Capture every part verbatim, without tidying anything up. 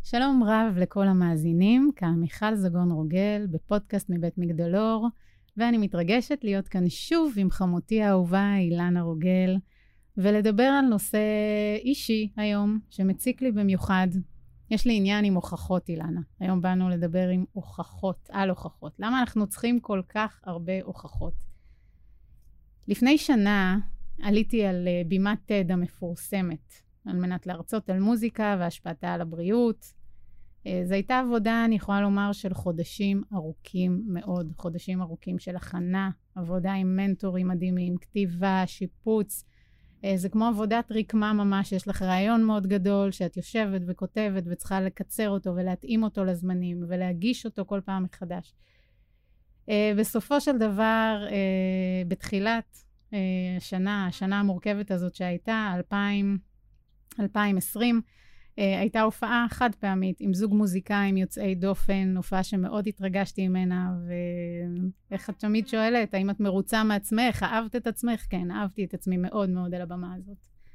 שלום רב לכל המאזינים, כאן מיכל זגון רוגל בפודקאסט מבית מגדלור, ואני מתרגשת להיות כאן שוב עם חמותי האהובה אילנה רוגל, ולדבר על נושא אישי היום שמציק לי במיוחד. יש לי עניין עם הוכחות, אילנה. היום באנו לדבר עם הוכחות, על הוכחות. למה אנחנו צריכים כל כך הרבה הוכחות? לפני שנה עליתי על בימת טד המפורסמת, על מנת להרצות על מוזיקה והשפעתה על הבריאות. זו הייתה עבודה, אני יכולה לומר, של חודשים ארוכים מאוד, חודשים ארוכים של הכנה, עבודה עם מנטורים מדהימים, כתיבה, שיפוץ. זה כמו עבודת רקמה ממש, יש לך רעיון מאוד גדול שאת יושבת וכותבת וצריכה לקצר אותו ולהתאים אותו לזמנים ולהגיש אותו כל פעם מחדש. בסופו של דבר, בתחילת השנה, השנה המורכבת הזאת שהייתה, אלפיים עשרים, הייתה הופעה חד פעמית עם זוג מוזיקאים יוצאי דופן, הופעה שמאוד התרגשתי ממנה, ואיך את תמיד שואלת, האם את מרוצה מעצמך? אהבת את עצמך? כן, אהבתי את עצמי מאוד מאוד על הבמה הזאת.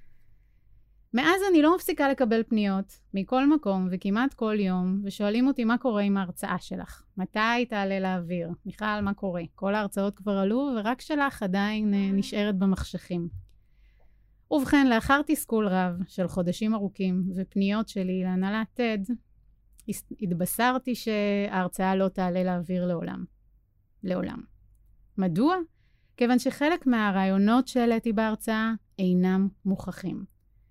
מאז אני לא מפסיקה לקבל פניות מכל מקום וכמעט כל יום, ושואלים אותי מה קורה עם ההרצאה שלך. מתי תעלה לאוויר? מיכל, מה קורה? כל ההרצאות כבר עלו, ורק שלך עדיין נשארת במחשכים. ובכן, לאחר תסכול רב של חודשים ארוכים ופניות שלי להנהלת טד, התבשרתי שההרצאה לא תעלה לאוויר לעולם. לעולם. מדוע? כיוון שחלק מהרעיונות שהעליתי בהרצאה אינם מוכחים.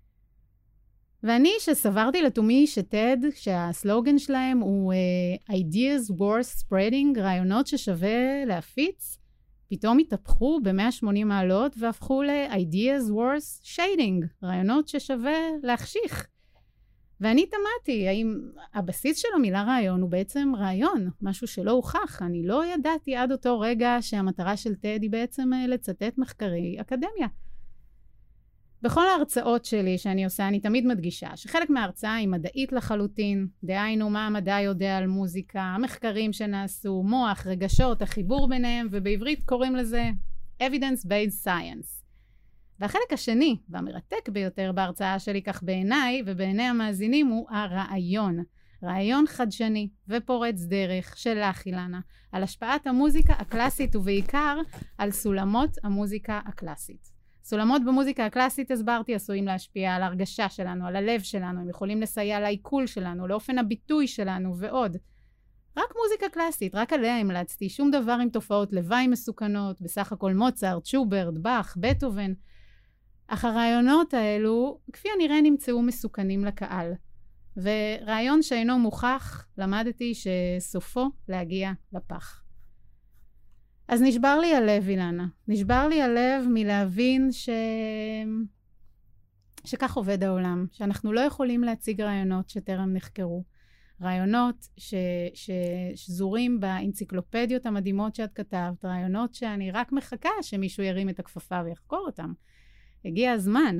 ואני שסברתי לתומי שטד, שהסלוגן שלהם הוא uh, Ideas worth spreading, רעיונות ששווה להפיץ, פתאום התהפכו ב-מאה ושמונים מעלות והפכו ל-Ideas worth shading, רעיונות ששווה להחשיך. ואני תמדתי, האם הבסיס של המילה רעיון הוא בעצם רעיון, משהו שלא הוכח. אני לא ידעתי עד אותו רגע שהמטרה של טד היא בעצם לצטט מחקרי אקדמיה. בכל ההרצאות שלי שאני עושה, אני תמיד מדגישה שחלק מההרצאה היא מדעית לחלוטין, דהיינו מה המדע יודע על מוזיקה, המחקרים שנעשו, מוח, רגשות, החיבור ביניהם, ובעברית קוראים לזה evidence-based science. והחלק השני, והמרתק ביותר בהרצאה שלי כך בעיניי ובעיני המאזינים, הוא הרעיון. רעיון חדשני ופורץ דרך שלך, אילנה, על השפעת המוזיקה הקלאסית ובעיקר על סולמות המוזיקה הקלאסית. סולמות במוזיקה הקלאסית, הסברתי, עשויים להשפיע על הרגשה שלנו, על הלב שלנו, הם יכולים לסייע לעיכול שלנו, לאופן הביטוי שלנו ועוד. רק מוזיקה קלאסית, רק עליה המלצתי, שום דבר עם תופעות לוואי מסוכנות, בסך הכל מוצרט, שוברט, באך, בטהובן. אך הרעיונות האלו, כפי הנראה, נמצאו מסוכנים לקהל. ורעיון שאינו מוכח, למדתי שסופו להגיע לפח. אז נשבר לי הלב, אילנה. נשבר לי הלב מלהבין ש... שכך עובד העולם, שאנחנו לא יכולים להציג רעיונות שטרם נחקרו. רעיונות ש... ש... שזורים באנציקלופדיות המדהימות שאת כתבת, רעיונות שאני רק מחכה שמישהו ירים את הכפפה ויחקור אותם. הגיע הזמן.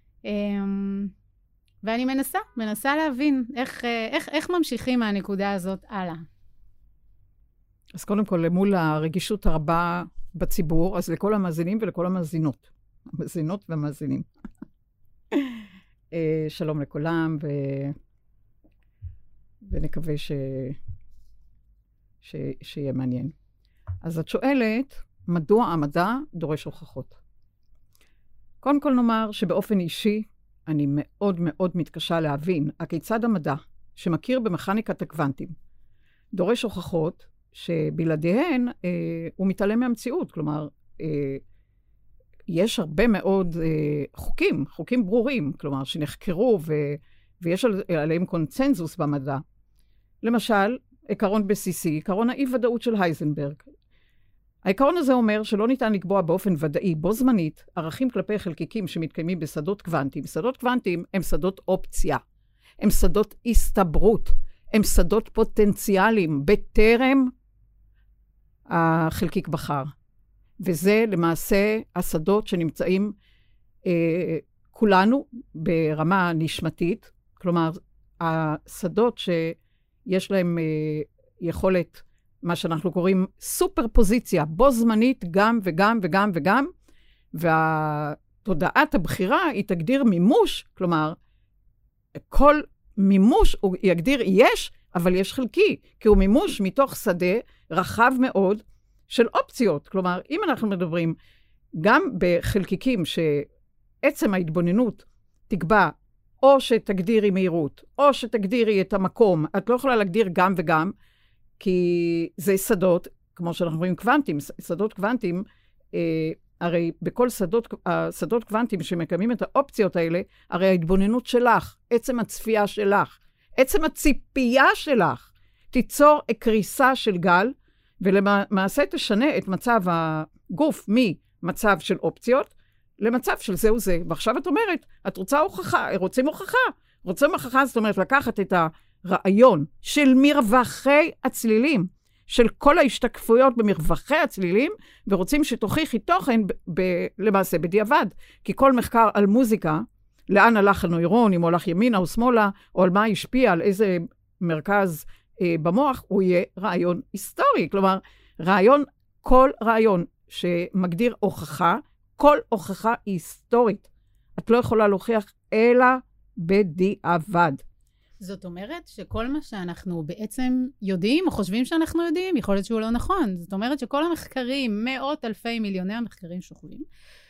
ואני מנסה, מנסה להבין איך, איך, איך ממשיכים מהנקודה הזאת הלאה. אז קודם כל, למול הרגישות הרבה בציבור, אז לכל המאזינים ולכל המאזינות. המאזינות והמאזינים. שלום לכולם, ו... ונקווה ש... ש... שיהיה מעניין. אז את שואלת, מדוע המדע דורש הוכחות? קודם כל נאמר שבאופן אישי, אני מאוד מאוד מתקשה להבין, הכיצד המדע, שמכיר במכניקת הקוונטים, דורש הוכחות, שבלעדיהן אה, הוא מתעלם מהמציאות. כלומר, אה, יש הרבה מאוד אה, חוקים, חוקים ברורים, כלומר, שנחקרו ו, ויש על, עליהם קונצנזוס במדע. למשל, עקרון בסיסי, עקרון האי-ודאות של הייזנברג. העיקרון הזה אומר שלא ניתן לקבוע באופן ודאי, בו זמנית, ערכים כלפי חלקיקים שמתקיימים בשדות קוונטיים. שדות קוונטיים הם שדות אופציה, הם שדות הסתברות, הם שדות פוטנציאליים, בטרם החלקיק בחר. וזה למעשה השדות שנמצאים אה, כולנו ברמה נשמתית, כלומר, השדות שיש להם אה, יכולת, מה שאנחנו קוראים סופר פוזיציה, בו זמנית גם וגם וגם וגם, והתודעת הבחירה היא תגדיר מימוש, כלומר, כל מימוש, הוא יגדיר יש, אבל יש חלקי, כי הוא מימוש מתוך שדה רחב מאוד של אופציות. כלומר, אם אנחנו מדברים גם בחלקיקים שעצם ההתבוננות תקבע, או שתגדירי מהירות, או שתגדירי את המקום, את לא יכולה להגדיר גם וגם, כי זה שדות, כמו שאנחנו רואים קוונטים, שדות קוונטים, אה, הרי בכל שדות, השדות קוונטים שמקיימים את האופציות האלה, הרי ההתבוננות שלך, עצם הצפייה שלך, עצם הציפייה שלך, תיצור קריסה של גל, ולמעשה תשנה את מצב הגוף ממצב של אופציות, למצב של זה וזה. ועכשיו את אומרת, את רוצה הוכחה, רוצים הוכחה. רוצים הוכחה, זאת אומרת, לקחת את הרעיון של מרווחי הצלילים, של כל ההשתקפויות במרווחי הצלילים, ורוצים שתוכיחי תוכן ב- ב- למעשה בדיעבד. כי כל מחקר על מוזיקה, לאן הלך הנוירון, אם הוא הלך ימינה או שמאלה, או על מה השפיע, על איזה מרכז אה, במוח, הוא יהיה רעיון היסטורי. כלומר, רעיון, כל רעיון שמגדיר הוכחה, כל הוכחה היא היסטורית. את לא יכולה להוכיח אלא בדיעבד. זאת אומרת שכל מה שאנחנו בעצם יודעים, או חושבים שאנחנו יודעים, יכול להיות שהוא לא נכון. זאת אומרת שכל המחקרים, מאות אלפי מיליוני המחקרים שוכבים,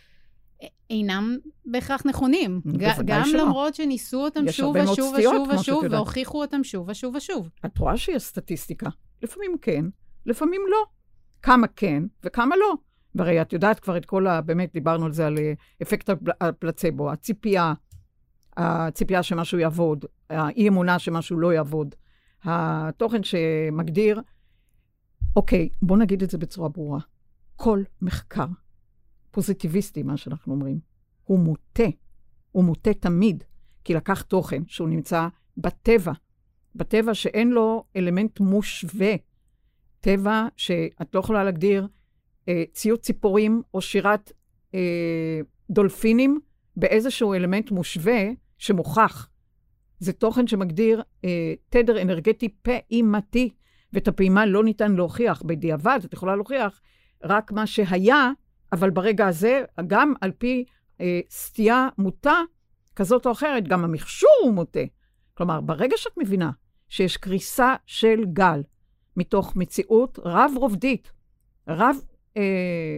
אינם בהכרח נכונים. גם שלא. למרות שניסו אותם שוב ושוב ושוב ושוב, והוכיחו אותם שוב ושוב ושוב. את רואה שיש סטטיסטיקה. לפעמים כן, לפעמים לא. כמה כן וכמה לא. והרי את יודעת כבר את כל ה... באמת דיברנו על זה, על אפקט הפלצבו, הציפייה, הציפייה שמשהו יעבוד, האי אמונה שמשהו לא יעבוד, התוכן שמגדיר, אוקיי, בוא נגיד את זה בצורה ברורה. כל מחקר פוזיטיביסטי, מה שאנחנו אומרים, הוא מוטה, הוא מוטה תמיד, כי לקח תוכן שהוא נמצא בטבע, בטבע שאין לו אלמנט מושווה, טבע שאת לא יכולה להגדיר אה, ציוט ציפורים או שירת אה, דולפינים באיזשהו אלמנט מושווה שמוכח. זה תוכן שמגדיר אה, תדר אנרגטי פעימתי, ואת הפעימה לא ניתן להוכיח בדיעבד, את יכולה להוכיח רק מה שהיה, אבל ברגע הזה, גם על פי אה, סטייה מוטה כזאת או אחרת, גם המכשור הוא מוטה. כלומר, ברגע שאת מבינה שיש קריסה של גל, מתוך מציאות רב רובדית, רב, אה,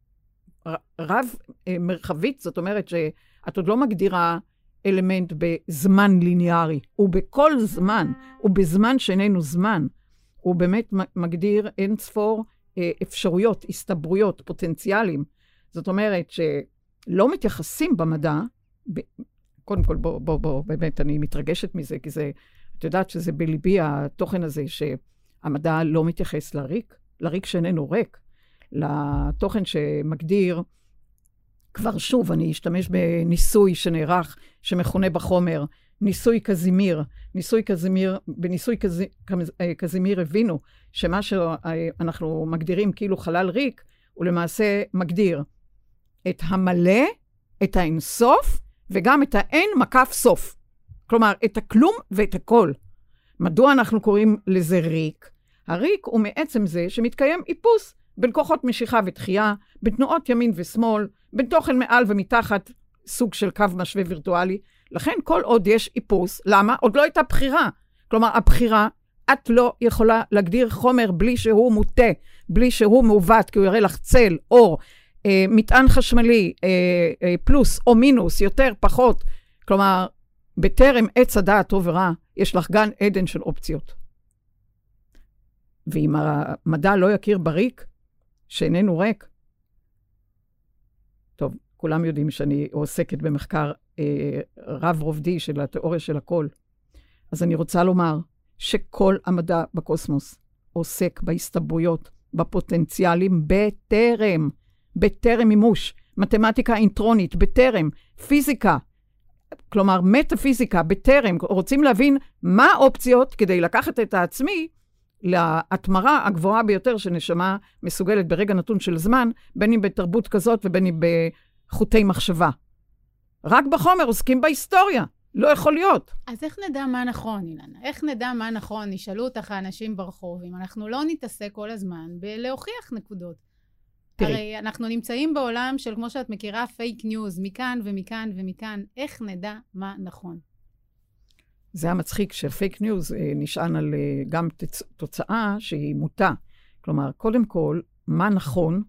רב אה, מרחבית, זאת אומרת שאת עוד לא מגדירה אלמנט בזמן ליניארי, הוא בכל זמן, הוא בזמן שאיננו זמן, הוא באמת מגדיר אין ספור אה, אפשרויות, הסתברויות, פוטנציאלים. זאת אומרת שלא מתייחסים במדע, ב... קודם כל בוא, בוא, בוא, באמת אני מתרגשת מזה, כי זה, את יודעת שזה בליבי התוכן הזה, שהמדע לא מתייחס לריק, לריק שאיננו ריק, לתוכן שמגדיר, כבר שוב, אני אשתמש בניסוי שנערך, שמכונה בחומר, ניסוי קזימיר. ניסוי קזימיר, בניסוי קז... קזימיר הבינו, שמה שאנחנו מגדירים כאילו חלל ריק, הוא למעשה מגדיר את המלא, את האינסוף, וגם את האין מקף סוף. כלומר, את הכלום ואת הכל. מדוע אנחנו קוראים לזה ריק? הריק הוא מעצם זה שמתקיים איפוס בין כוחות משיכה ותחייה, בין תנועות ימין ושמאל, בין תוכן מעל ומתחת, סוג של קו משווה וירטואלי. לכן כל עוד יש איפוס, למה? עוד לא הייתה בחירה. כלומר, הבחירה, את לא יכולה להגדיר חומר בלי שהוא מוטה, בלי שהוא מעוות, כי הוא יראה לך צל, אור, אה, מטען חשמלי, אה, אה, פלוס או מינוס, יותר, פחות. כלומר, בטרם עץ הדעת טוב ורע, יש לך גן עדן של אופציות. ואם המדע לא יכיר בריק, שאיננו ריק, טוב, כולם יודעים שאני עוסקת במחקר אה, רב רובדי של התיאוריה של הכל. אז אני רוצה לומר שכל המדע בקוסמוס עוסק בהסתברויות, בפוטנציאלים, בטרם, בטרם מימוש, מתמטיקה אינטרונית, בטרם, פיזיקה, כלומר מטאפיזיקה, בטרם, רוצים להבין מה האופציות כדי לקחת את העצמי, להתמרה הגבוהה ביותר שנשמה מסוגלת ברגע נתון של זמן, בין אם בתרבות כזאת ובין אם בחוטי מחשבה. רק בחומר עוסקים בהיסטוריה, לא יכול להיות. אז איך נדע מה נכון, אילנה? איך נדע מה נכון? נשאלו אותך האנשים ברחוב, אם אנחנו לא נתעסק כל הזמן בלהוכיח נקודות. תראי. הרי אנחנו נמצאים בעולם של, כמו שאת מכירה, פייק ניוז, מכאן ומכאן ומכאן. איך נדע מה נכון? זה המצחיק שפייק ניוז נשען על גם תוצאה שהיא מוטה. כלומר, קודם כל, מה נכון?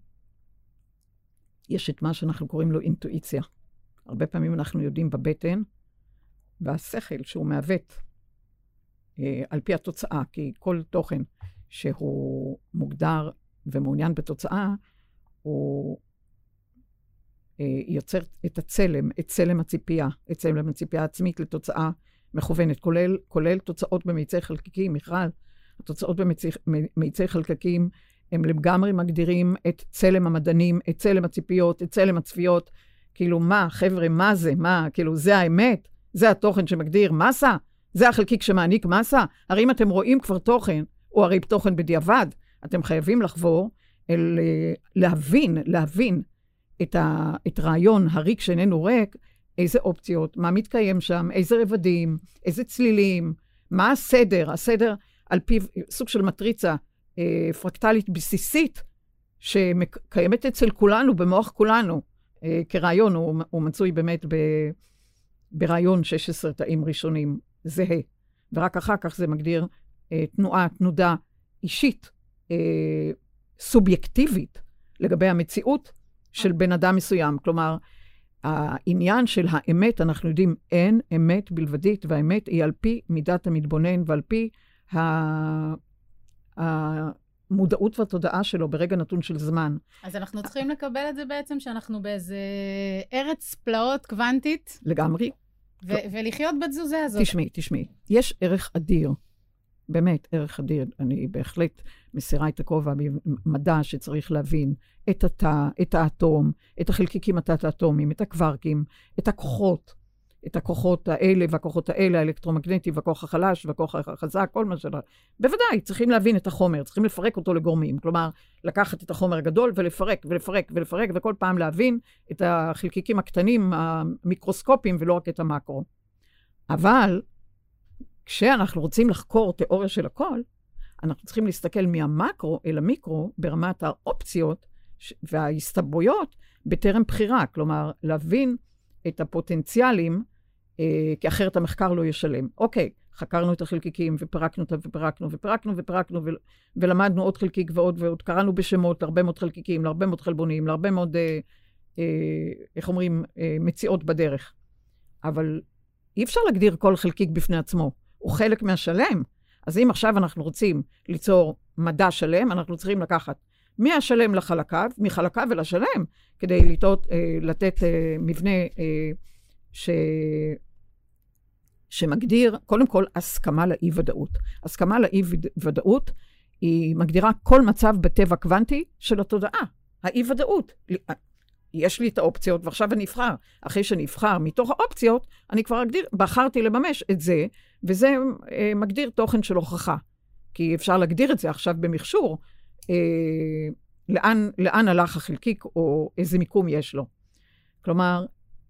יש את מה שאנחנו קוראים לו אינטואיציה. הרבה פעמים אנחנו יודעים בבטן, והשכל שהוא מעוות אה, על פי התוצאה, כי כל תוכן שהוא מוגדר ומעוניין בתוצאה, הוא אה, יוצר את הצלם, את צלם הציפייה, את צלם הציפייה העצמית לתוצאה מכוונת, כולל, כולל תוצאות במאיצי חלקיקים. בכלל, התוצאות במאיצי חלקיקים הם לגמרי מגדירים את צלם המדענים, את צלם הציפיות, את צלם הצפיות. כאילו, מה, חבר'ה, מה זה? מה, כאילו, זה האמת? זה התוכן שמגדיר מסה? זה החלקיק שמעניק מסה? הרי אם אתם רואים כבר תוכן, או הרי תוכן בדיעבד, אתם חייבים לחבור אל, להבין, להבין את, ה, את רעיון הריק שאיננו ריק, איזה אופציות, מה מתקיים שם, איזה רבדים, איזה צלילים, מה הסדר, הסדר על פי סוג של מטריצה אה, פרקטלית בסיסית, שקיימת אצל כולנו, במוח כולנו, אה, כרעיון, הוא, הוא מצוי באמת ב, ברעיון שש עשרה תאים ראשונים, זהה, ורק אחר כך זה מגדיר אה, תנועה, תנודה אישית, אה, סובייקטיבית, לגבי המציאות של בן אדם מסוים. כלומר, העניין של האמת, אנחנו יודעים, אין אמת בלבדית, והאמת היא על פי מידת המתבונן, ועל פי המודעות והתודעה שלו ברגע נתון של זמן. אז אנחנו צריכים לקבל את זה בעצם, שאנחנו באיזה ארץ פלאות קוונטית. לגמרי. ו- ולחיות בתזוזה הזאת. תשמעי, תשמעי. יש ערך אדיר, באמת ערך אדיר. אני בהחלט מסירה את הכובע במדע שצריך להבין את התא, את האטום, את החלקיקים התת-האטומיים, את הקווארקים, את הכוחות, את הכוחות האלה והכוחות האלה, האלקטרומגנטי והכוח החלש והכוח החזק, כל מה שלה. בוודאי, צריכים להבין את החומר, צריכים לפרק אותו לגורמים. כלומר, לקחת את החומר הגדול ולפרק ולפרק ולפרק, וכל פעם להבין את החלקיקים הקטנים, המיקרוסקופיים, ולא רק את המקרו. אבל, כשאנחנו רוצים לחקור תיאוריה של הכל, אנחנו צריכים להסתכל מהמקרו אל המיקרו ברמת האופציות וההסתברויות בטרם בחירה. כלומר, להבין את הפוטנציאלים, אה, כי אחרת המחקר לא ישלם. אוקיי, חקרנו את החלקיקים ופרקנו אותם ופרקנו ופרקנו ופרקנו ו- ולמדנו עוד חלקיק ועוד ועוד, קראנו בשמות להרבה מאוד חלקיקים, להרבה מאוד חלבונים, להרבה מאוד, אה, אה, איך אומרים, אה, מציאות בדרך. אבל אי אפשר להגדיר כל חלקיק בפני עצמו. הוא חלק מהשלם. אז אם עכשיו אנחנו רוצים ליצור מדע שלם, אנחנו צריכים לקחת מהשלם לחלקיו, מחלקיו ולשלם, כדי לטעות, אה, לתת אה, מבנה אה, ש... שמגדיר, קודם כל, הסכמה לאי-ודאות. הסכמה לאי-ודאות היא מגדירה כל מצב בטבע קוונטי של התודעה. האי-ודאות. יש לי את האופציות, ועכשיו אני אבחר. אחרי שאני אבחר מתוך האופציות, אני כבר אגדיר, בחרתי לממש את זה, וזה אה, מגדיר תוכן של הוכחה. כי אפשר להגדיר את זה עכשיו במכשור, אה, לאן, לאן הלך החלקיק, או איזה מיקום יש לו. כלומר,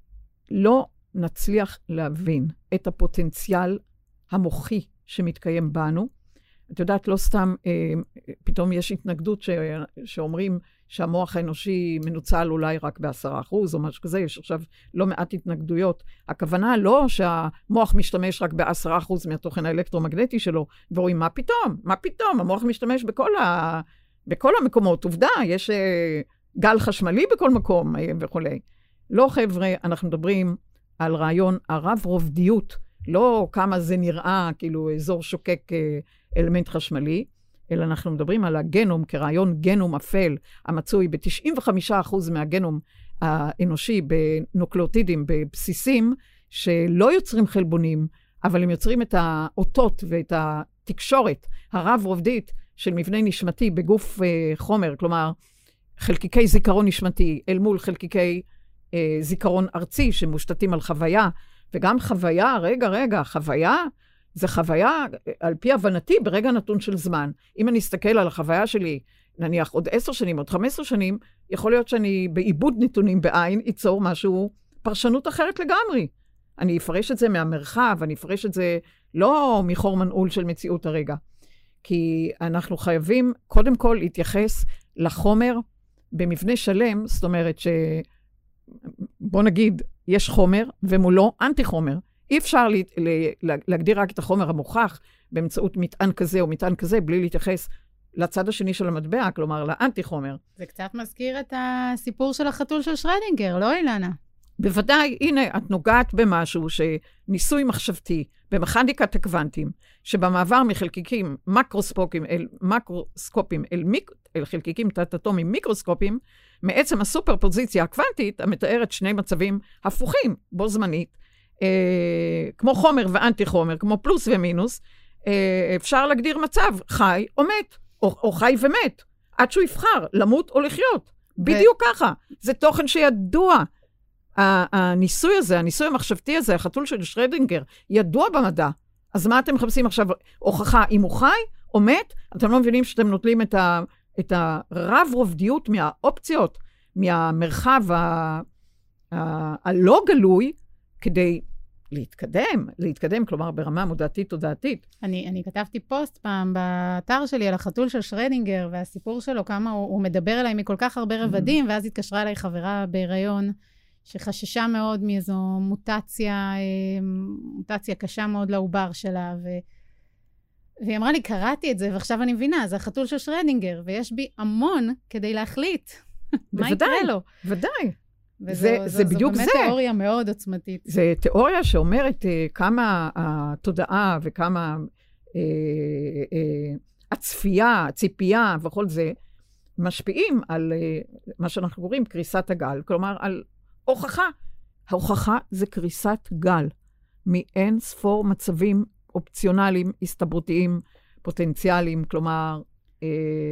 לא נצליח להבין את הפוטנציאל המוחי שמתקיים בנו. את יודעת, לא סתם, אה, פתאום יש התנגדות ש, שאומרים שהמוח האנושי מנוצל אולי רק בעשרה אחוז, או משהו כזה. יש עכשיו לא מעט התנגדויות. הכוונה לא שהמוח משתמש רק בעשרה אחוז מהתוכן האלקטרומגנטי שלו, ורואים מה פתאום, מה פתאום, המוח משתמש בכל, ה, בכל המקומות. עובדה, יש אה, גל חשמלי בכל מקום אה, וכו'. לא חבר'ה, אנחנו מדברים על רעיון הרב רובדיות, לא כמה זה נראה כאילו אזור שוקק אה, אלמנט חשמלי, אלא אנחנו מדברים על הגנום כרעיון גנום אפל, המצוי ב-תשעים וחמישה אחוז מהגנום האנושי בנוקלאוטידים, בבסיסים, שלא יוצרים חלבונים, אבל הם יוצרים את האותות ואת התקשורת הרב רובדית של מבנה נשמתי בגוף אה, חומר, כלומר, חלקיקי זיכרון נשמתי אל מול חלקיקי אה, זיכרון ארצי שמושתתים על חוויה, וגם חוויה, רגע, רגע, חוויה, זה חוויה, על פי הבנתי, ברגע נתון של זמן. אם אני אסתכל על החוויה שלי, נניח עוד עשר שנים, עוד חמש עשרה שנים, יכול להיות שאני בעיבוד נתונים בעין, ייצור משהו, פרשנות אחרת לגמרי. אני אפרש את זה מהמרחב, אני אפרש את זה לא מחור מנעול של מציאות הרגע. כי אנחנו חייבים, קודם כל, להתייחס לחומר במבנה שלם, זאת אומרת ש... בוא נגיד, יש חומר, ומולו אנטי חומר. אי אפשר לה, לה, להגדיר רק את החומר המוכח באמצעות מטען כזה או מטען כזה, בלי להתייחס לצד השני של המטבע, כלומר, לאנטי חומר. זה קצת מזכיר את הסיפור של החתול של שרדינגר, לא אילנה? בוודאי, הנה, את נוגעת במשהו שניסוי מחשבתי, במכניקת הקוונטים, שבמעבר מחלקיקים מקרוסקופיים אל, מקרוסקופיים אל, מיק, אל חלקיקים תת-אטומיים מיקרוסקופיים, מעצם הסופרפוזיציה הקוונטית, המתארת שני מצבים הפוכים, בו זמנית, אה, כמו חומר ואנטי חומר, כמו פלוס ומינוס, אה, אפשר להגדיר מצב חי או מת, או, או חי ומת, עד שהוא יבחר למות או לחיות. בדיוק ו... ככה. זה תוכן שידוע. הניסוי הזה, הניסוי המחשבתי הזה, החתול של שרדינגר, ידוע במדע. אז מה אתם מחפשים עכשיו? הוכחה אם הוא חי או מת? אתם לא מבינים שאתם נוטלים את, ה, את הרב רובדיות מהאופציות, מהמרחב ה, ה, הלא גלוי, כדי להתקדם, להתקדם, כלומר ברמה מודעתית תודעתית. אני, אני כתבתי פוסט פעם באתר שלי על החתול של שרדינגר, והסיפור שלו, כמה הוא, הוא מדבר אליי מכל כך הרבה רבדים, ואז התקשרה אליי חברה בהיריון, שחששה מאוד מאיזו מוטציה, מוטציה קשה מאוד לעובר שלה, ו... והיא אמרה לי, קראתי את זה, ועכשיו אני מבינה, זה החתול של שרדינגר, ויש בי המון כדי להחליט מה יקרה לו. בוודאי. וזו, זה, זו, זה בדיוק זה. זו באמת תיאוריה מאוד עוצמתית. זה תיאוריה שאומרת uh, כמה התודעה וכמה uh, uh, הצפייה, הציפייה וכל זה, משפיעים על uh, מה שאנחנו קוראים קריסת הגל, כלומר על הוכחה. ההוכחה זה קריסת גל, מאין ספור מצבים אופציונליים, הסתברותיים, פוטנציאליים, כלומר... Uh,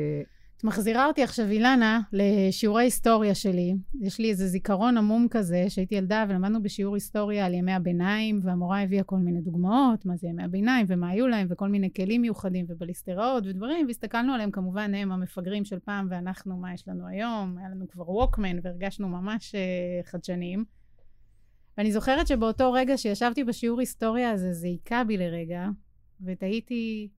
את מחזירה אותי עכשיו, אילנה, לשיעורי היסטוריה שלי. יש לי איזה זיכרון עמום כזה, שהייתי ילדה ולמדנו בשיעור היסטוריה על ימי הביניים, והמורה הביאה כל מיני דוגמאות, מה זה ימי הביניים ומה היו להם, וכל מיני כלים מיוחדים ובליסטראות ודברים, והסתכלנו עליהם כמובן הם המפגרים של פעם, ואנחנו, מה יש לנו היום? היה לנו כבר ווקמן, והרגשנו ממש uh, חדשניים. ואני זוכרת שבאותו רגע שישבתי בשיעור היסטוריה הזה, זה עיקה בי לרגע, ותהיתי,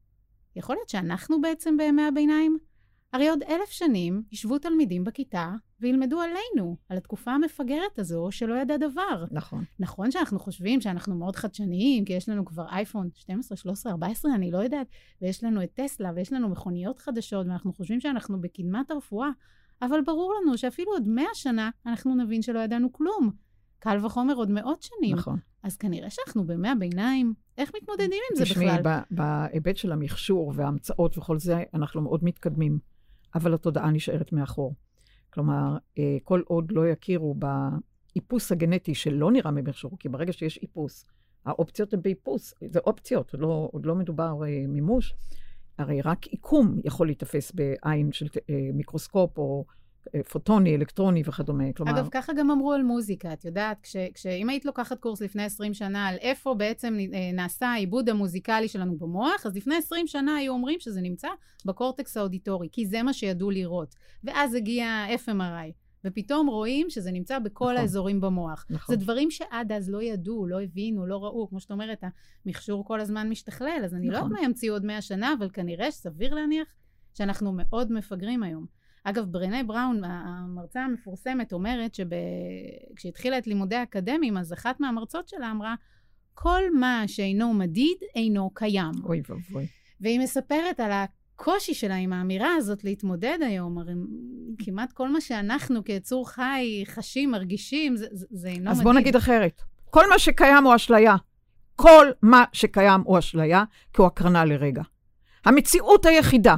יכול להיות שאנחנו בעצם בימי הביניים? הרי עוד אלף שנים ישבו תלמידים בכיתה וילמדו עלינו, על התקופה המפגרת הזו שלא ידע דבר. נכון. נכון שאנחנו חושבים שאנחנו מאוד חדשניים, כי יש לנו כבר אייפון שתים עשרה, שלוש עשרה, ארבע עשרה, אני לא יודעת, ויש לנו את טסלה, ויש לנו מכוניות חדשות, ואנחנו חושבים שאנחנו בקדמת הרפואה, אבל ברור לנו שאפילו עוד מאה שנה אנחנו נבין שלא ידענו כלום. קל וחומר עוד מאות שנים. נכון. אז כנראה שאנחנו בימי הביניים, איך מתמודדים עם זה תשמעי, בכלל? תשמעי, בהיבט של המכשור וההמצאות וכל זה, אנחנו מאוד מתקדמים. אבל התודעה נשארת מאחור. כלומר, כל עוד לא יכירו באיפוס הגנטי שלא נראה ממכשור, כי ברגע שיש איפוס, האופציות הן באיפוס, זה אופציות, לא, עוד לא מדובר מימוש, הרי רק עיקום יכול להתאפס בעין של מיקרוסקופ או פוטוני, אלקטרוני וכדומה. כלומר... אגב, ככה גם אמרו על מוזיקה, את יודעת, כש, כשאם היית לוקחת קורס לפני עשרים שנה על איפה בעצם נעשה העיבוד המוזיקלי שלנו במוח, אז לפני עשרים שנה היו אומרים שזה נמצא בקורטקס האודיטורי, כי זה מה שידעו לראות. ואז הגיע אף אם אר איי, ופתאום רואים שזה נמצא בכל נכון. האזורים במוח. נכון. זה דברים שעד אז לא ידעו, לא הבינו, לא ראו, כמו שאת אומרת, המכשור כל הזמן משתכלל, אז אני נכון. לא יודעת מה ימציאו עוד מאה שנה, אבל כנראה שסביר להניח שאנחנו מאוד מפגרים היום. אגב, ברנה בראון, המרצה המפורסמת, אומרת שכשהתחילה את לימודי האקדמיים, אז אחת מהמרצות שלה אמרה, כל מה שאינו מדיד, אינו קיים. אוי ואבוי. והיא מספרת על הקושי שלה עם האמירה הזאת להתמודד היום, הרי כמעט כל מה שאנחנו כיצור חי, חשים, מרגישים, זה, זה אינו מדיד. אז בוא נגיד אחרת. כל מה שקיים הוא אשליה. כל מה שקיים הוא אשליה, כי הוא הקרנה לרגע. המציאות היחידה,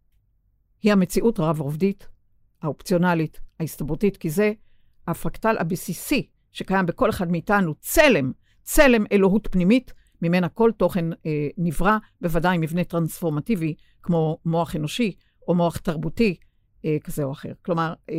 היא המציאות הרב-רובדית, האופציונלית, ההסתברותית, כי זה הפרקטל הבסיסי שקיים בכל אחד מאיתנו, צלם, צלם אלוהות פנימית, ממנה כל תוכן אה, נברא, בוודאי מבנה טרנספורמטיבי, כמו מוח אנושי או מוח תרבותי, אה, כזה או אחר. כלומר, אה,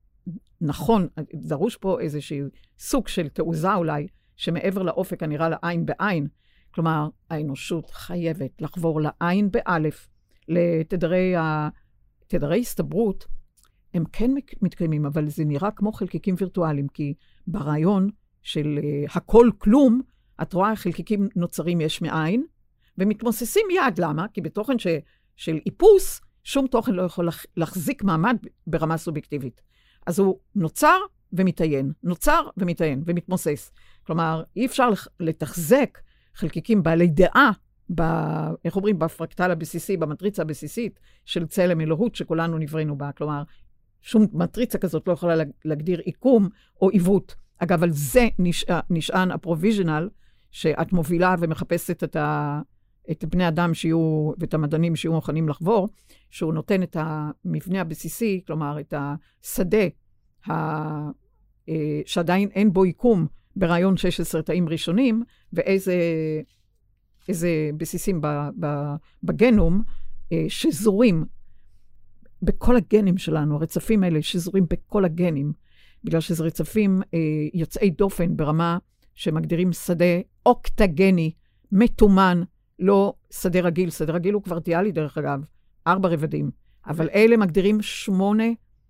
נכון, דרוש פה איזשהו סוג של תעוזה אולי, שמעבר לאופק הנראה לעין בעין, כלומר, האנושות חייבת לחבור לעין באלף, לתדרי ה... תדרי הסתברות, הם כן מתקיימים, אבל זה נראה כמו חלקיקים וירטואליים, כי ברעיון של uh, הכל כלום, את רואה חלקיקים נוצרים יש מאין, ומתמוססים מיד. למה? כי בתוכן ש, של איפוס, שום תוכן לא יכול להחזיק מעמד ברמה סובייקטיבית. אז הוא נוצר ומתעיין. נוצר ומתעיין ומתמוסס. כלומר, אי אפשר לתחזק חלקיקים בעלי דעה, ב, איך אומרים, בפרקטל הבסיסי, במטריצה הבסיסית של צלם אלוהות שכולנו נבראנו בה. כלומר, שום מטריצה כזאת לא יכולה להגדיר עיקום או עיוות. אגב, על זה נשען, נשען הפרוביז'נל, שאת מובילה ומחפשת את, ה, את בני אדם שיהיו, ואת המדענים שיהיו מוכנים לחבור, שהוא נותן את המבנה הבסיסי, כלומר, את השדה, ה, שעדיין אין בו עיקום ברעיון שש עשרה תאים ראשונים, ואיזה איזה בסיסים ב, ב, בגנום שזורים בכל הגנים שלנו, הרצפים האלה שזורים בכל הגנים, בגלל שזה רצפים יוצאי דופן ברמה שמגדירים שדה אוקטגני, מתומן, לא שדה רגיל. שדה רגיל הוא קוורטיאלי דרך אגב, ארבע רבדים, אבל אלה מגדירים שמונה,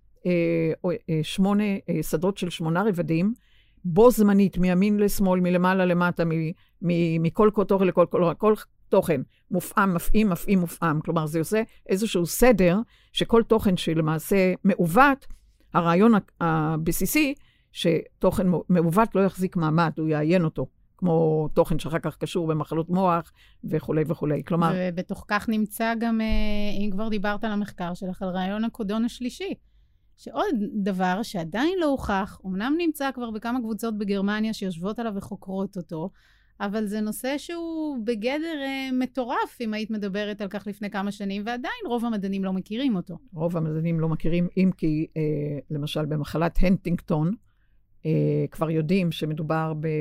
שמונה שדות של שמונה רבדים, בו זמנית, מימין לשמאל, מלמעלה למטה, מכל תוכן לכל כל תוכן, מופעם, מפעים, מפעים, מופעם. כלומר, זה עושה איזשהו סדר, שכל תוכן שלמעשה מעוות, הרעיון הבסיסי, שתוכן מעוות לא יחזיק מעמד, הוא יעיין אותו, כמו תוכן שאחר כך קשור במחלות מוח, וכו' וכו'. כלומר... ובתוך כך נמצא גם, אם כבר דיברת על המחקר שלך, על רעיון הקודון השלישי. שעוד דבר שעדיין לא הוכח, אמנם נמצא כבר בכמה קבוצות בגרמניה שיושבות עליו וחוקרות אותו, אבל זה נושא שהוא בגדר אה, מטורף, אם היית מדברת על כך לפני כמה שנים, ועדיין רוב המדענים לא מכירים אותו. רוב המדענים לא מכירים, אם כי אה, למשל במחלת הנטינגטון, אה, כבר יודעים שמדובר ב,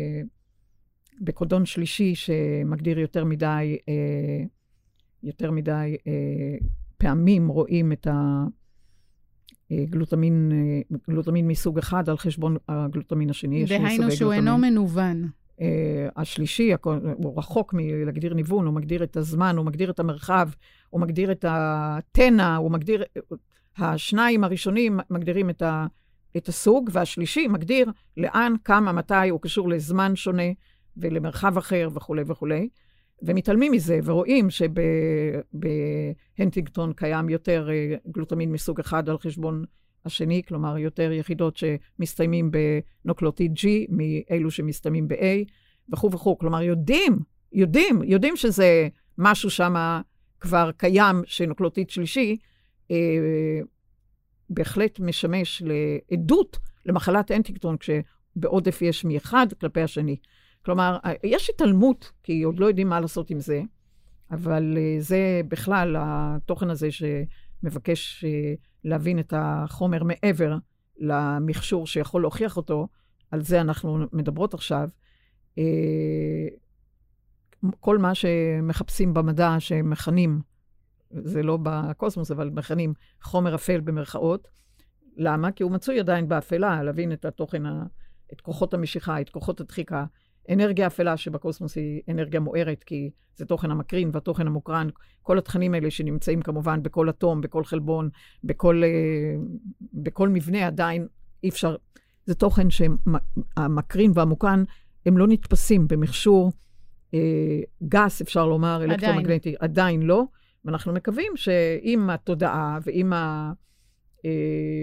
בקודון שלישי שמגדיר יותר מדי, אה, יותר מדי אה, פעמים רואים את ה... גלוטמין, גלוטמין מסוג אחד על חשבון הגלוטמין השני. דהיינו שהוא אינו מנוון. Uh, השלישי, הוא רחוק מלהגדיר ניוון, הוא מגדיר את הזמן, הוא מגדיר את המרחב, הוא מגדיר את הטנא, הוא מגדיר, השניים הראשונים מגדירים את, ה, את הסוג, והשלישי מגדיר לאן, כמה, מתי, הוא קשור לזמן שונה ולמרחב אחר וכו' וכו'. ומתעלמים מזה, ורואים שבהנטינגטון קיים יותר גלוטמין מסוג אחד על חשבון השני, כלומר יותר יחידות שמסתיימים בנוקלוטיד G מאלו שמסתיימים ב-A, וכו' וכו'. כלומר יודעים, יודעים, יודעים שזה משהו שם כבר קיים, שנוקלוטיד שלישי אה, בהחלט משמש לעדות למחלת הנטינגטון, כשבעודף יש מאחד כלפי השני. כלומר, יש התעלמות, כי עוד לא יודעים מה לעשות עם זה, אבל זה בכלל התוכן הזה שמבקש להבין את החומר מעבר למכשור שיכול להוכיח אותו, על זה אנחנו מדברות עכשיו. כל מה שמחפשים במדע שמכנים, זה לא בקוסמוס, אבל מכנים חומר אפל במרכאות. למה? כי הוא מצוי עדיין באפלה, להבין את התוכן, את כוחות המשיכה, את כוחות הדחיקה, אנרגיה אפלה שבקוסמוס היא אנרגיה מוארת, כי זה תוכן המקרין והתוכן המוקרן, כל התכנים האלה שנמצאים כמובן בכל אטום, בכל חלבון, בכל, בכל מבנה עדיין אי אפשר, זה תוכן שהמקרין והמוקרן הם לא נתפסים במכשור אה, גס, אפשר לומר, אלקטרומגנטי, עדיין לא, ואנחנו מקווים שעם התודעה ועם ה, אה,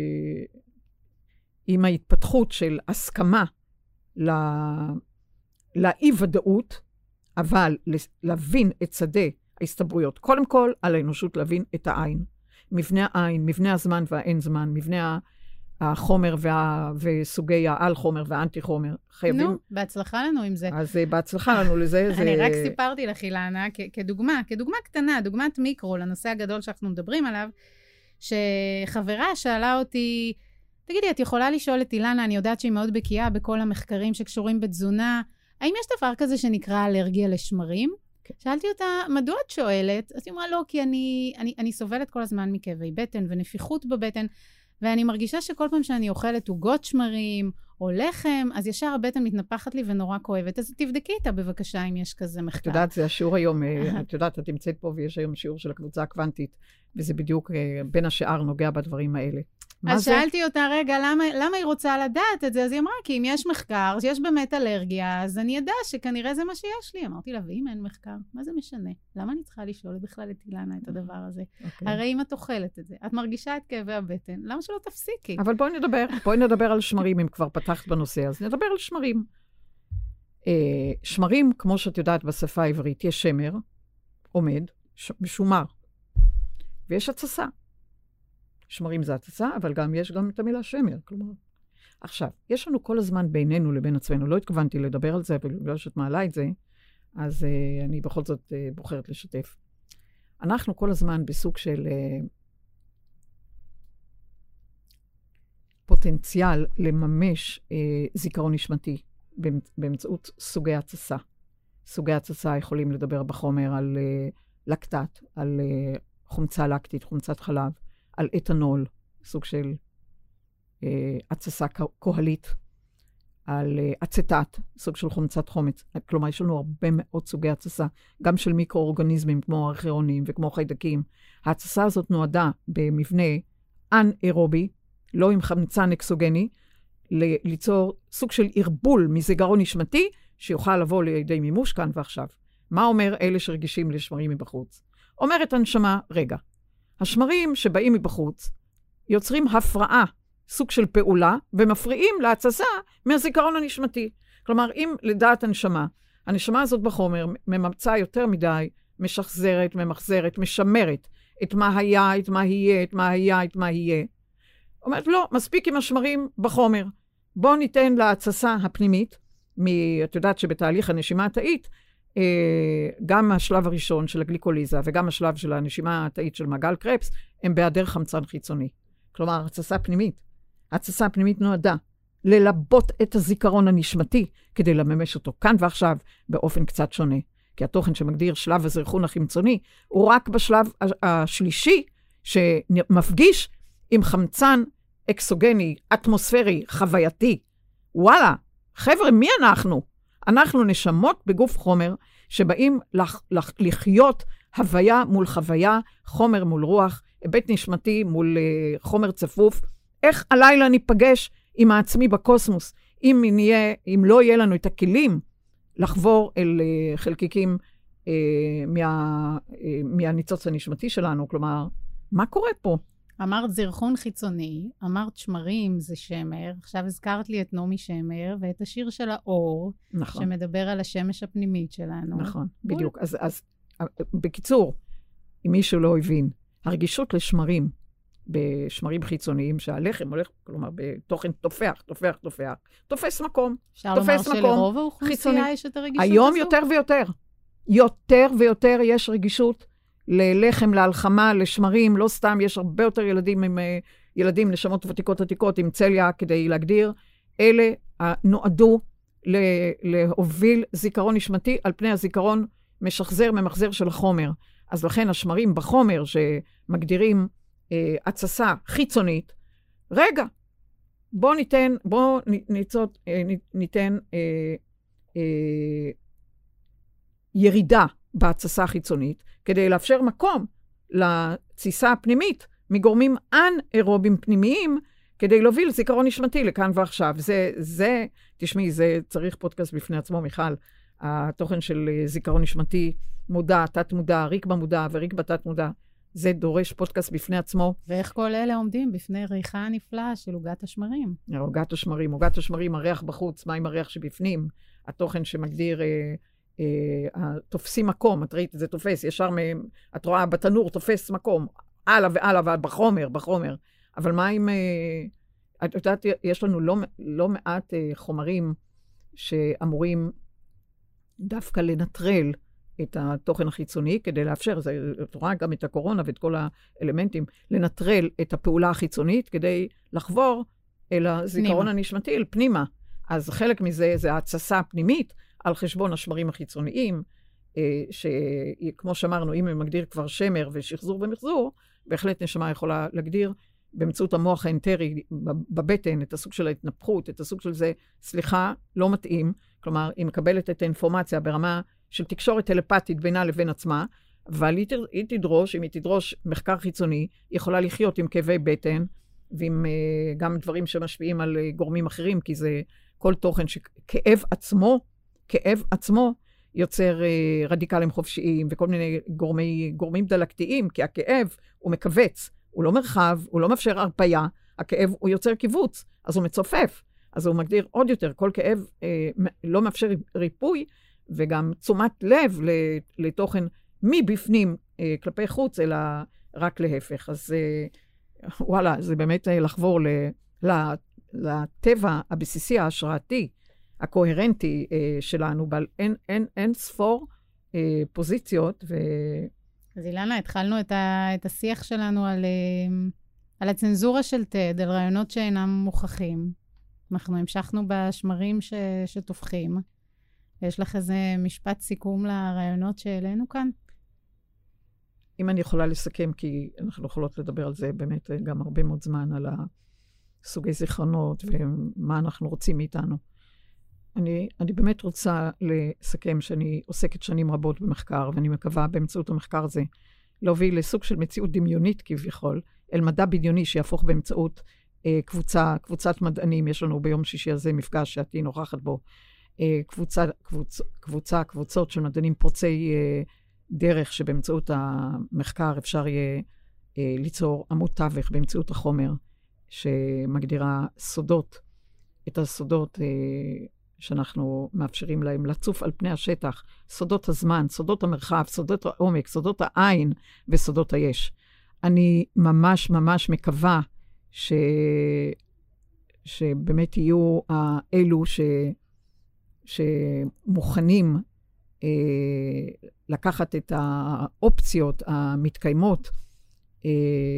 עם ההתפתחות של הסכמה ל... לאי-ודאות, אבל להבין את שדה ההסתברויות. קודם כל, על האנושות להבין את העין. מבנה העין, מבנה הזמן והאין זמן, מבנה החומר וה... וסוגי העל-חומר והאנטי-חומר. חייבים... נו, בהצלחה לנו עם זה. אז בהצלחה לנו לזה. זה... אני רק סיפרתי לך, אילנה, כ- כדוגמה, כדוגמה קטנה, דוגמת מיקרו, לנושא הגדול שאנחנו מדברים עליו, שחברה שאלה אותי, תגידי, את יכולה לשאול את אילנה, אני יודעת שהיא מאוד בקיאה בכל המחקרים שקשורים בתזונה, האם יש דבר כזה שנקרא אלרגיה לשמרים? Okay. שאלתי אותה, מדוע את שואלת? אז היא אמרה, לא, כי אני, אני, אני סובלת כל הזמן מכאבי בטן ונפיחות בבטן, ואני מרגישה שכל פעם שאני אוכלת עוגות שמרים או לחם, אז ישר הבטן מתנפחת לי ונורא כואבת. אז תבדקי איתה בבקשה אם יש כזה מחקר. את יודעת, זה השיעור היום, את יודעת, את נמצאת פה ויש היום שיעור של הקבוצה הקוונטית וזה בדיוק בין השאר נוגע בדברים האלה. אז שאלתי אותה, רגע, למה, למה היא רוצה לדעת את זה? אז היא אמרה, כי אם יש מחקר, שיש באמת אלרגיה, אז אני ידע שכנראה זה מה שיש לי. אמרתי לה, ואם אין מחקר, מה זה משנה? למה אני צריכה לשאול בכלל את אילנה את הדבר הזה? Okay. הרי אם את אוכלת את זה, את מרגישה את כאבי הבטן, למה שלא תפסיקי? אבל בואי נדבר, בואי נדבר על שמרים, אם כבר פתחת בנושא, אז נדבר על שמרים. שמרים, כמו שאת יודעת בשפה העברית, יש שמר, עומד, משומר, ויש הצסה. שמרים זה הצסה, אבל גם יש גם את המילה שמר. כלומר, עכשיו, יש לנו כל הזמן בינינו לבין עצמנו, לא התכוונתי לדבר על זה, אבל בגלל שאת מעלה את זה, אז uh, אני בכל זאת uh, בוחרת לשתף. אנחנו כל הזמן בסוג של uh, פוטנציאל לממש uh, זיכרון נשמתי באמצעות סוגי הצסה. סוגי הצסה יכולים לדבר בחומר על uh, לקטט, על uh, חומצה לקטית, חומצת חלב, על אתנול, סוג של אה, הצסה כהלית, על אה, אצטט, סוג של חומצת חומץ. כלומר, יש לנו הרבה מאוד סוגי הצסה, גם של מיקרואורגניזמים כמו ארכיונים וכמו חיידקים. ההצסה הזאת נועדה במבנה אנאירובי, לא עם חמצן אקסוגני, ל- ליצור סוג של ערבול מזיכרון נשמתי, שיוכל לבוא לידי מימוש כאן ועכשיו. מה אומר אלה שרגישים לשמרים מבחוץ? אומרת הנשמה, רגע, השמרים שבאים מבחוץ יוצרים הפרעה, סוג של פעולה, ומפריעים להצסה מהזיכרון הנשמתי. כלומר, אם לדעת הנשמה, הנשמה הזאת בחומר ממצאה יותר מדי, משחזרת, ממחזרת, משמרת את מה היה, את מה יהיה, את מה היה, את מה יהיה. אומרת, לא, מספיק עם השמרים בחומר. בואו ניתן להצסה הפנימית, מ, את יודעת שבתהליך הנשימה התאית, גם השלב הראשון של הגליקוליזה וגם השלב של הנשימה התאית של מעגל קרפס, הם בהיעדר חמצן חיצוני. כלומר, הצסה פנימית. הצסה הפנימית נועדה ללבות את הזיכרון הנשמתי כדי לממש אותו כאן ועכשיו באופן קצת שונה. כי התוכן שמגדיר שלב הזיכרון החמצוני הוא רק בשלב השלישי שמפגיש עם חמצן אקסוגני, אטמוספרי, חווייתי. וואלה, חבר'ה, מי אנחנו? אנחנו נשמות בגוף חומר שבאים לח, לח, לחיות הוויה מול חוויה, חומר מול רוח, היבט נשמתי מול uh, חומר צפוף. איך הלילה ניפגש עם העצמי בקוסמוס, אם, נהיה, אם לא יהיה לנו את הכלים לחבור אל uh, חלקיקים uh, מה, uh, מהניצוץ הנשמתי שלנו? כלומר, מה קורה פה? אמרת זרחון חיצוני, אמרת שמרים זה שמר, עכשיו הזכרת לי את נעמי שמר, ואת השיר של האור, נכון. שמדבר על השמש הפנימית שלנו. נכון, בדיוק. אז, אז בקיצור, אם מישהו לא הבין, הרגישות לשמרים, בשמרים חיצוניים, שהלחם הולך, כלומר, בתוכן תופח, תופח, תופח, תופס מקום, אפשר לומר שלרוב האוכלוסייה יש את הרגישות היום הזו? היום יותר ויותר. יותר ויותר יש רגישות ללחם, להלחמה, לשמרים, לא סתם, יש הרבה יותר ילדים עם ילדים, נשמות ותיקות עתיקות, עם צליה, כדי להגדיר, אלה נועדו להוביל זיכרון נשמתי על פני הזיכרון משחזר, ממחזר של החומר. אז לכן השמרים בחומר שמגדירים אה, הצסה חיצונית, רגע, בוא ניתן, בוא ניצות, אה, ניתן אה, אה, ירידה בהצסה החיצונית, כדי לאפשר מקום לתסיסה הפנימית מגורמים אנאירובים פנימיים, כדי להוביל זיכרון נשמתי לכאן ועכשיו. זה, זה, תשמעי, זה צריך פודקאסט בפני עצמו, מיכל. התוכן של זיכרון נשמתי, מודע, תת מודע, ריק במודע וריק בתת מודע, זה דורש פודקאסט בפני עצמו. ואיך כל אלה עומדים בפני ריחה הנפלאה של עוגת השמרים? עוגת השמרים, עוגת השמרים, הריח בחוץ, מה עם הריח שבפנים? התוכן שמגדיר, אה, אה, תופסים מקום, את ראית, זה תופס, ישר מהם, את רואה בתנור, תופס מקום, הלאה והלאה, ועד בחומר, בחומר. אבל מה עם, אה, את יודעת, יש לנו לא, לא מעט אה, חומרים שאמורים דווקא לנטרל את התוכן החיצוני, כדי לאפשר, זה רואה גם את הקורונה ואת כל האלמנטים, לנטרל את הפעולה החיצונית, כדי לחבור אל הזיכרון פנימה. הנשמתי, אל פנימה. אז חלק מזה זה ההצסה הפנימית, על חשבון השמרים החיצוניים, שכמו שאמרנו, אם הם מגדיר כבר שמר ושחזור ומחזור, בהחלט נשמה יכולה להגדיר באמצעות המוח האנטרי בבטן, את הסוג של ההתנפחות, את הסוג של זה, סליחה, לא מתאים, כלומר, היא מקבלת את האינפורמציה ברמה של תקשורת טלפתית בינה לבין עצמה, אבל היא, היא תדרוש, אם היא תדרוש מחקר חיצוני, היא יכולה לחיות עם כאבי בטן, ועם uh, גם דברים שמשפיעים על uh, גורמים אחרים, כי זה כל תוכן שכאב עצמו, כאב עצמו יוצר uh, רדיקלים חופשיים, וכל מיני גורמי, גורמים דלקתיים, כי הכאב הוא מקבץ, הוא לא מרחב, הוא לא מאפשר הרפיה, הכאב הוא יוצר קיבוץ, אז הוא מצופף, אז הוא מגדיר עוד יותר, כל כאב אה, לא מאפשר ריפוי, וגם תשומת לב לתוכן מבפנים אה, כלפי חוץ, אלא רק להפך. אז אה, וואלה, זה באמת אה, לחבור ל, ל, לטבע הבסיסי, ההשראתי, הקוהרנטי אה, שלנו, אבל אין, אין, אין ספור אה, פוזיציות. ו... אז אילנה, התחלנו את, ה, את השיח שלנו על... אה... על הצנזורה של תד, על רעיונות שאינם מוכחים. אנחנו המשכנו בשמרים ש... שתופחים. יש לך איזה משפט סיכום לרעיונות שהעלינו כאן? אם אני יכולה לסכם, כי אנחנו יכולות לדבר על זה באמת גם הרבה מאוד זמן, על הסוגי זיכרונות ומה אנחנו רוצים מאיתנו. אני, אני באמת רוצה לסכם שאני עוסקת שנים רבות במחקר, ואני מקווה באמצעות המחקר הזה להוביל לסוג של מציאות דמיונית כביכול, אל מדע בדיוני שיהפוך באמצעות אה, קבוצה, קבוצת מדענים. יש לנו ביום שישי הזה מפגש שאתי נוכחת בו, אה, קבוצה, קבוצ, קבוצה, קבוצות של מדענים פורצי אה, דרך, שבאמצעות המחקר אפשר יהיה אה, ליצור עמוד תווך באמצעות החומר, שמגדירה סודות, את הסודות אה, שאנחנו מאפשרים להם לצוף על פני השטח, סודות הזמן, סודות המרחב, סודות העומק, סודות העין וסודות היש. אני ממש ממש מקווה ש... שבאמת יהיו אלו ש... שמוכנים אה, לקחת את האופציות המתקיימות אה,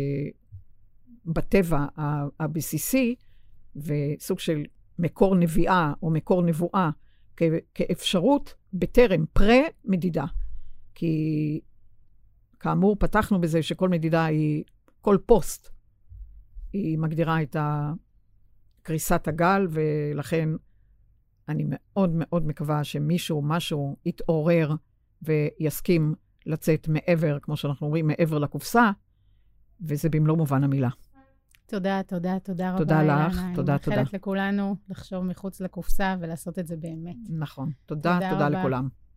בטבע הבסיסי, וסוג של מקור נביאה או מקור נבואה כ... כאפשרות בטרם, פרה-מדידה. כי כאמור, פתחנו בזה שכל מדידה היא, כל פוסט, היא מגדירה את קריסת הגל, ולכן אני מאוד מאוד מקווה שמישהו, משהו יתעורר ויסכים לצאת מעבר, כמו שאנחנו אומרים, מעבר לקופסה, וזה במלוא מובן המילה. תודה, תודה, תודה רבה. תודה לך, תודה, תודה. אני מאחלת לכולנו לחשוב מחוץ לקופסה ולעשות את זה באמת. נכון. תודה, תודה לכולם.